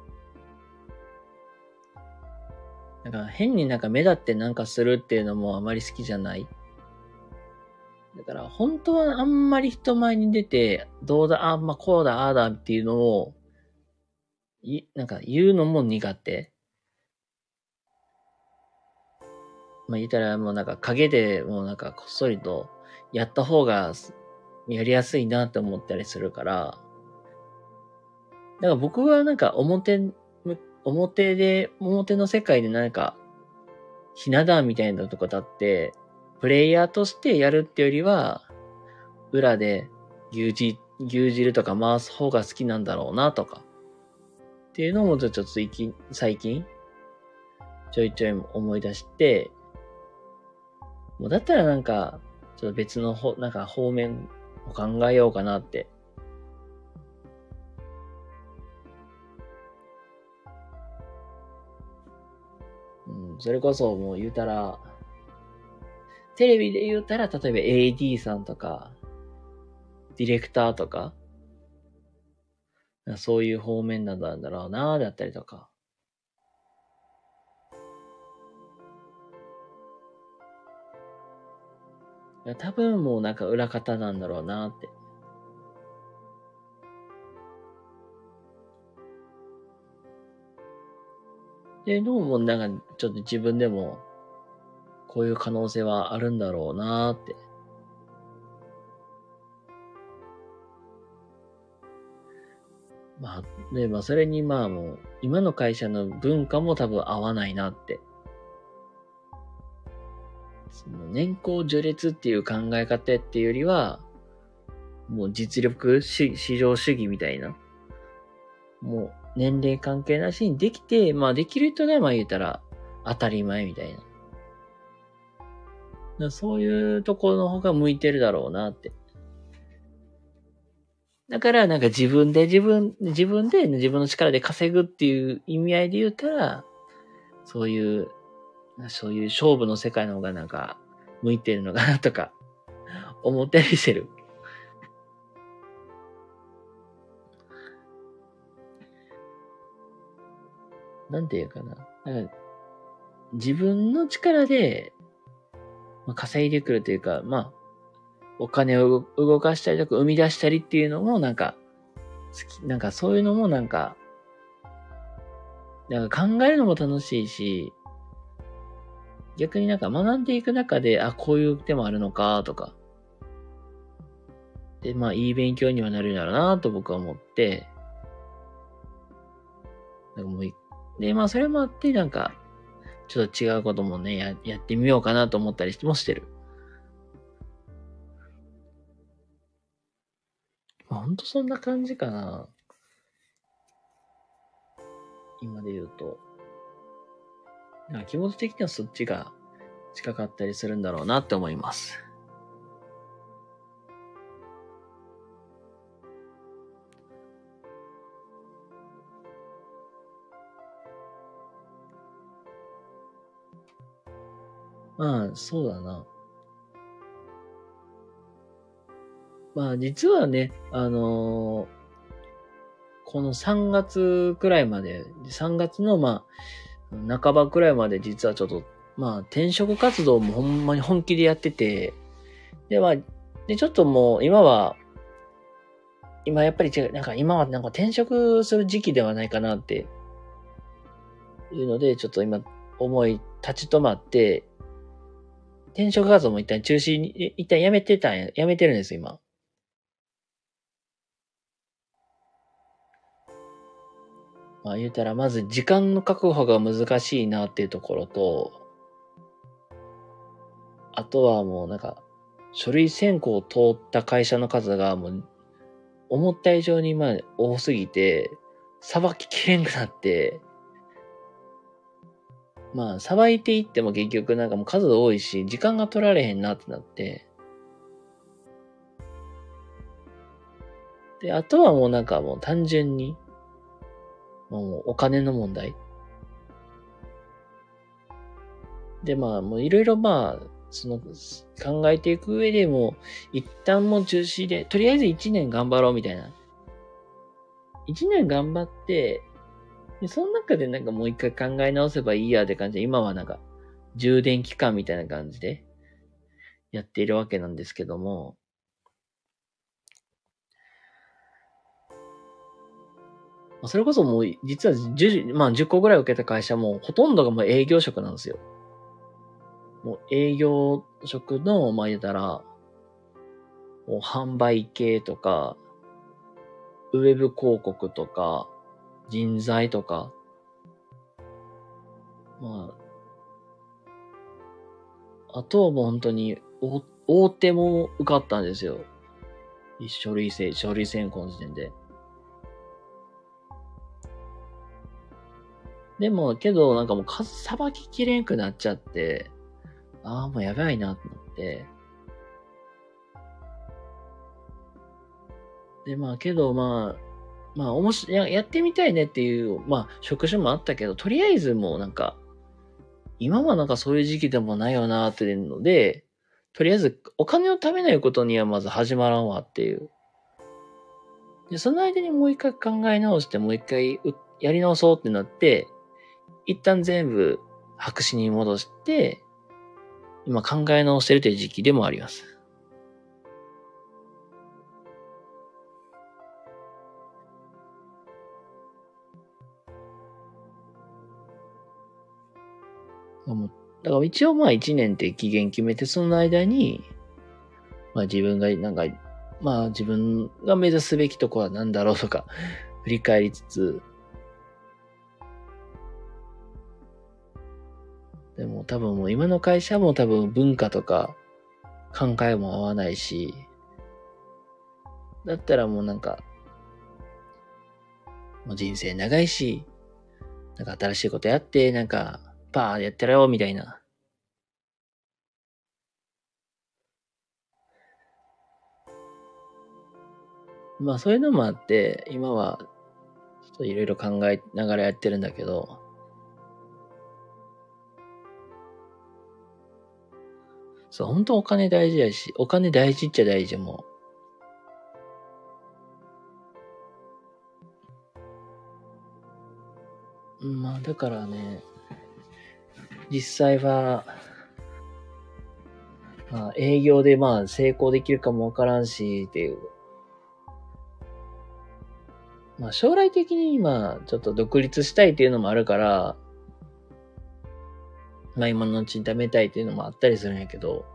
なんか変になんか目立ってなんかするっていうのもあまり好きじゃない。だから本当はあんまり人前に出て、どうだ、あんまこうだ、ああだっていうのを、い、なんか言うのも苦手。まあ言ったらもうなんか陰でもうなんかこっそりとやった方がやりやすいなって思ったりするから、だから僕はなんか表、表で、表の世界でなんか、ひな壇みたいなとこ立って、プレイヤーとしてやるってよりは、裏で牛耳、牛耳るとか回す方が好きなんだろうなとか。っていうのもちょっと最近、最近、ちょいちょい思い出して、もうだったらなんか、ちょっと別の方、なんか方面を考えようかなって。うん、それこそもう言うたら、テレビで言うたら、例えば エーディー さんとか、ディレクターとか、そういう方面なんだろうな、だったりとか。 いや多分もうなんか裏方なんだろうなって。で、どうもなんかちょっと自分でもこういう可能性はあるんだろうなって。まあ、で、まあそれにまあもう今の会社の文化も多分合わないなって。その年功序列っていう考え方っていうよりは、もう実力市場主義みたいな。もう年齢関係なしにできて、まあできる人がまあ言うたら当たり前みたいな。そういうところの方が向いてるだろうなって。だからなんか自分で自分、自分で自分の力で稼ぐっていう意味合いで言ったら、そういう、そういう勝負の世界の方がなんか向いてるのかなとか思ったりしてる。なんていうかな。なんか自分の力で、まあ、稼いでくるというか、まあ、お金を動かしたりとか生み出したりっていうのもなんか、好き、なんかそういうのもなんか、なんか考えるのも楽しいし、逆になんか学んでいく中で、あ、こういう手もあるのか、とか。で、まあ、いい勉強にはなるんだろうな、と僕は思って、なんかもうい、で、まあ、それもあって、なんか、ちょっと違うこともね、や、やってみようかなと思ったりもしてる。まあ、ほんとそんな感じかな。今で言うと。なんか気持ち的にはそっちが近かったりするんだろうなって思います。まあ、そうだな。まあ、実はね、あのー、このさんがつくらいまで、さんがつのまあ、半ばくらいまで実はちょっと、まあ、転職活動もほんまに本気でやってて、で、まあ、で、ちょっともう今は、今やっぱり違う、なんか今はなんか転職する時期ではないかなっていうので、ちょっと今思い立ち止まって、転職活動も一旦中止に、一旦やめてたんや、やめてるんです、今。まあ言うたら、まず時間の確保が難しいなっていうところと、あとはもうなんか、書類選考を通った会社の数がもう、思った以上にまあ多すぎて、さばききれんくなって、まあ、さばいていっても結局なんかもう数多いし、時間が取られへんなってなって、で、あとはもうなんかもう単純に、もうお金の問題。で、まあ、もういろいろまあ、その、考えていく上でも、一旦もう中止で、とりあえず一年頑張ろうみたいな。一年頑張って、で、その中でなんかもう一回考え直せばいいやって感じで、今はなんか、充電期間みたいな感じで、やっているわけなんですけども、それこそもう、実はじゅう、まあじゅっこぐらい受けた会社も、ほとんどがもう営業職なんですよ。もう営業職の、まあ言ったら、もう販売系とか、ウェブ広告とか、人材とか、まあ、あとはもう本当に、大手も受かったんですよ。書類選、書類選考の時点で。でも、けど、なんかもう数さばききれんくなっちゃって、ああ、もうやばいなってなって。で、まあ、けど、まあ、まあ、おもしや、やってみたいねっていう、まあ、職種もあったけど、とりあえずもうなんか、今はなんかそういう時期でもないよなっていうので、とりあえずお金を貯めないことにはまず始まらんわっていう。で、その間にもう一回考え直して、もう一回やり直そうってなって、一旦全部白紙に戻して、今考え直してるという時期でもあります。 もうだから一応まあ一年って期限決めて、その間に、まあ自分がなんか、まあ自分が目指すべきとこは何だろうとか、振り返りつつ、でも多分もう今の会社も多分文化とか考えも合わないし、だったらもうなんか、もう人生長いし、なんか新しいことやって、なんか、パーやってやろうみたいな。まあそういうのもあって、今は、ちょっといろいろ考えながらやってるんだけど、そう、本当お金大事やし、お金大事っちゃ大事もう。まあだからね、実際は、まあ営業でまあ成功できるかもわからんし、っていう。まあ将来的に今、ちょっと独立したいっていうのもあるから、まあ今のうちに貯めたいっていうのもあったりするんやけど、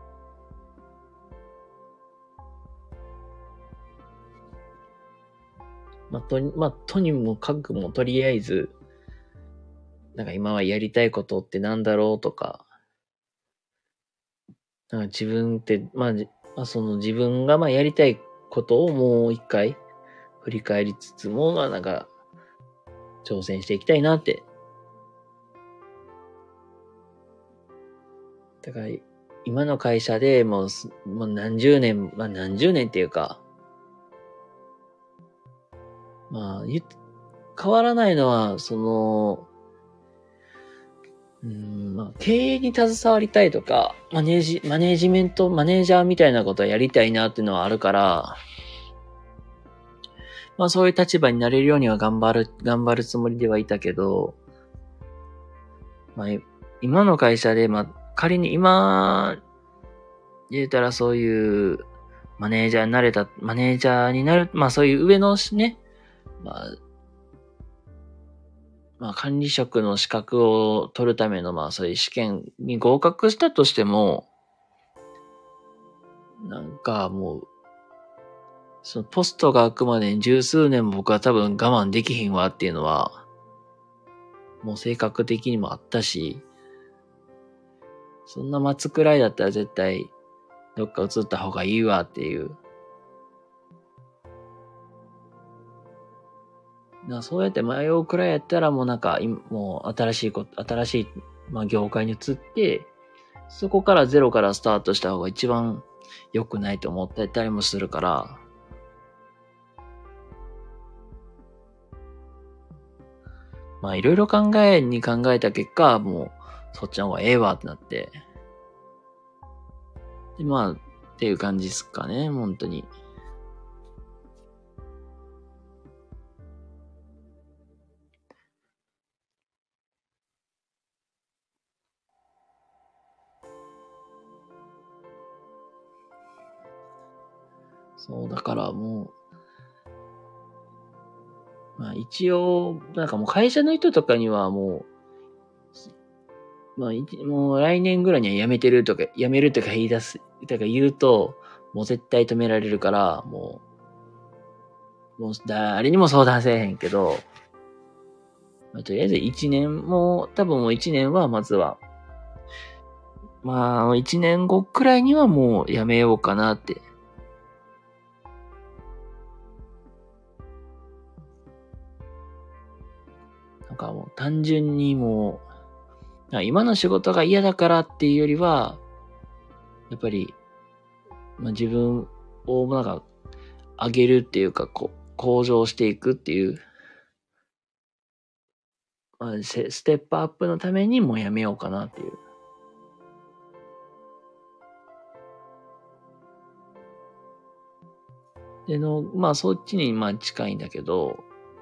まあとに、まあとにもかくもとりあえず、なんか今はやりたいことってなんだろうとか、なんか自分って、まあ、じまあ、その自分がまあやりたいことをもう一回振り返りつつも、まあなんか挑戦していきたいなって。だから今の会社でもうす、もう何十年、まあ何十年っていうか、まあ言っ変わらないのは、その、うん、まあ、経営に携わりたいとか、マネージ、マネージメント、マネージャーみたいなことはやりたいなっていうのはあるから、まあそういう立場になれるようには頑張る、頑張るつもりではいたけど、まあ今の会社で、まあ仮に今、言うたらそういうマネージャーになれた、マネージャーになる、まあそういう上のね、まあ、まあ管理職の資格を取るためのまあそういう試験に合格したとしても、なんかもう、そのポストが空くまでに十数年僕は多分我慢できひんわっていうのは、もう性格的にもあったし、そんな待つくらいだったら絶対どっか移った方がいいわっていう。なそうやって迷うくらいやったらもうなんか、もう新しいこと、新しい、まあ、業界に移って、そこからゼロからスタートした方が一番良くないと思ってたりもするから、まあいろいろ考えに考えた結果、もうそっちの方がええわってなって。で、まあ、っていう感じですかね、本当に。そう、だからもう、まあ一応、なんかもう会社の人とかにはもう、まあ、もう来年ぐらいには辞めてるとか、辞めるとか言い出す、とか言うと、もう絶対止められるから、もう、もう誰にも相談せえへんけど、まあ、とりあえず一年も、多分もう一年はまずは、まあ一年後くらいにはもう辞めようかなって。なんかもう単純にもう、今の仕事が嫌だからっていうよりは、やっぱり、まあ、自分をなんか上げるっていうか、こう、向上していくっていう、まあ、ステップアップのためにもうやめようかなっていう。での、まあそっちにまあ近いんだけど、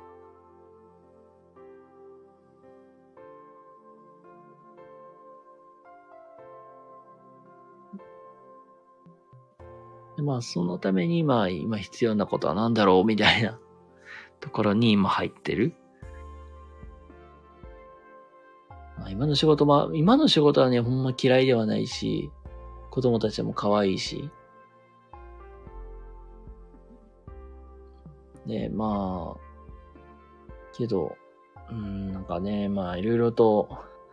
まあそのためにまあ今必要なことは何だろうみたいなところに今入ってる。 まあ、今の仕事は、今の仕事はね、ほんま嫌いではないし、子供たちも可愛いし。で、まあ、けど、うん、なんかね、まあ、いろいろと、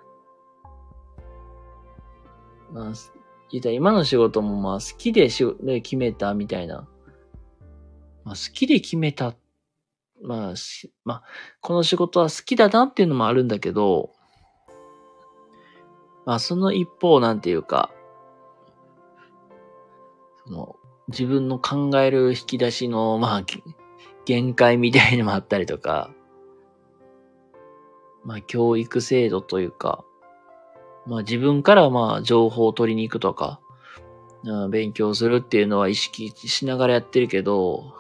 まあ、言ったら今の仕事もまあ、好きでしで決めたみたいな。まあ、好きで決めた。まあ、しまあ、この仕事は好きだなっていうのもあるんだけど、まあ、その一方、なんていうか、その、自分の考える引き出しの、まあ、限界みたいのもあったりとか、まあ、教育制度というか、まあ、自分からまあ、情報を取りに行くとか、うん、勉強するっていうのは意識しながらやってるけど、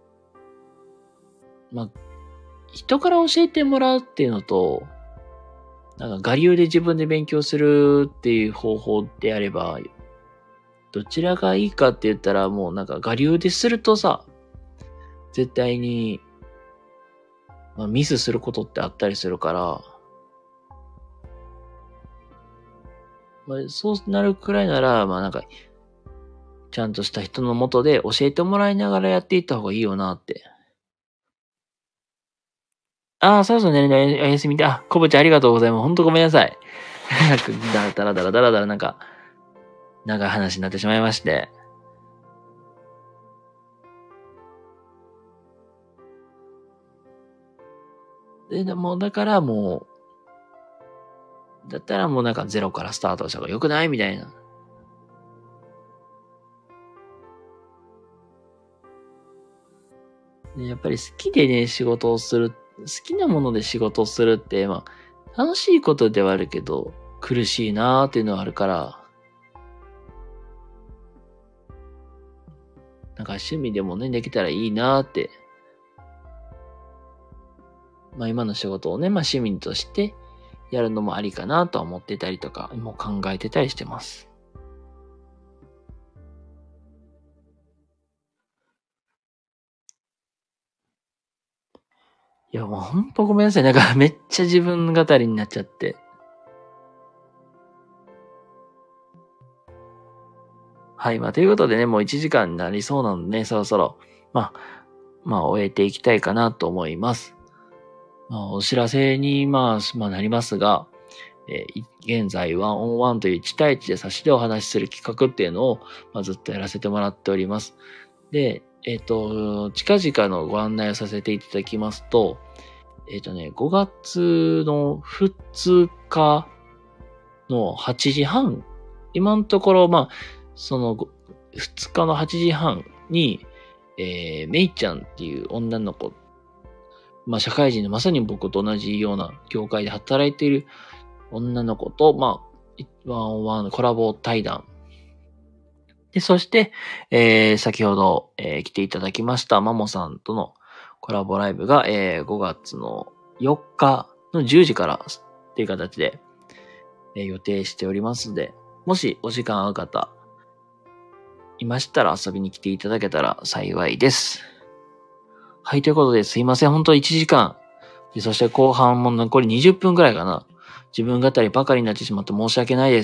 まあ、人から教えてもらうっていうのと、なんか我流で自分で勉強するっていう方法であれば、どちらがいいかって言ったらもうなんか我流でするとさ、絶対に、まあ、ミスすることってあったりするから、まあ、そうなるくらいなら、まあなんか、ちゃんとした人のもとで教えてもらいながらやっていった方がいいよなって。ああ、そうそうね、おやすみで。あ、こぶちゃんありがとうございます。ほんとごめんなさい。なんか、だらだらだらだらなんか、長い話になってしまいまして。で、でも、だからもう、だったらもうなんかゼロからスタートした方が良くないみたいな。ね、やっぱり好きでね、仕事をする、好きなもので仕事をするって、まあ、楽しいことではあるけど、苦しいなーっていうのはあるから、なんか趣味でもね、できたらいいなーって。まあ今の仕事をね、まあ趣味としてやるのもありかなとは思ってたりとか、もう考えてたりしてます。いや、もうほんとごめんなさい。なんかめっちゃ自分語りになっちゃって。はい。まあ、ということでね、もういちじかんになりそうなのでね、そろそろ、まあ、まあ、終えていきたいかなと思います。まあ、お知らせに、まあ、まあ、なりますが、えー、現在、ワンオンワンといういち対いちで差しでお話しする企画っていうのを、まあ、ずっとやらせてもらっております。で、えっ、と、近々のご案内をさせていただきますと、えっ、とね、ごがつのふつかのはちじはん、今のところ、まあ、そのふつかのはちじはんに、えー、めいちゃんっていう女の子、まあ、社会人のまさに僕と同じような業界で働いている女の子と、まあ、ワンオンワンのコラボ対談。で、そして、えー、先ほど、えー、来ていただきましたマモさんとのコラボライブが、えー、ごがつのよっかのじゅうじからっていう形で、えー、予定しておりますので、もしお時間合う方、いましたら遊びに来ていただけたら幸いです。はい、ということですいません。本当いちじかん。でそして後半も残りにじゅっぷんくらいかな。自分語りばかりになってしまって申し訳ないです。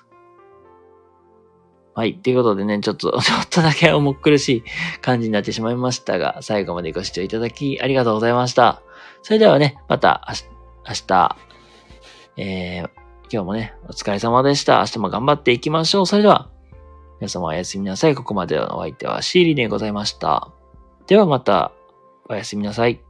はい。ということでね、ちょっと、ちょっとだけ重苦しい感じになってしまいましたが、最後までご視聴いただきありがとうございました。それではね、また明日、えー、今日もね、お疲れ様でした。明日も頑張っていきましょう。それでは、皆様おやすみなさい。ここまでのお相手はシーリーでございました。ではまた、おやすみなさい。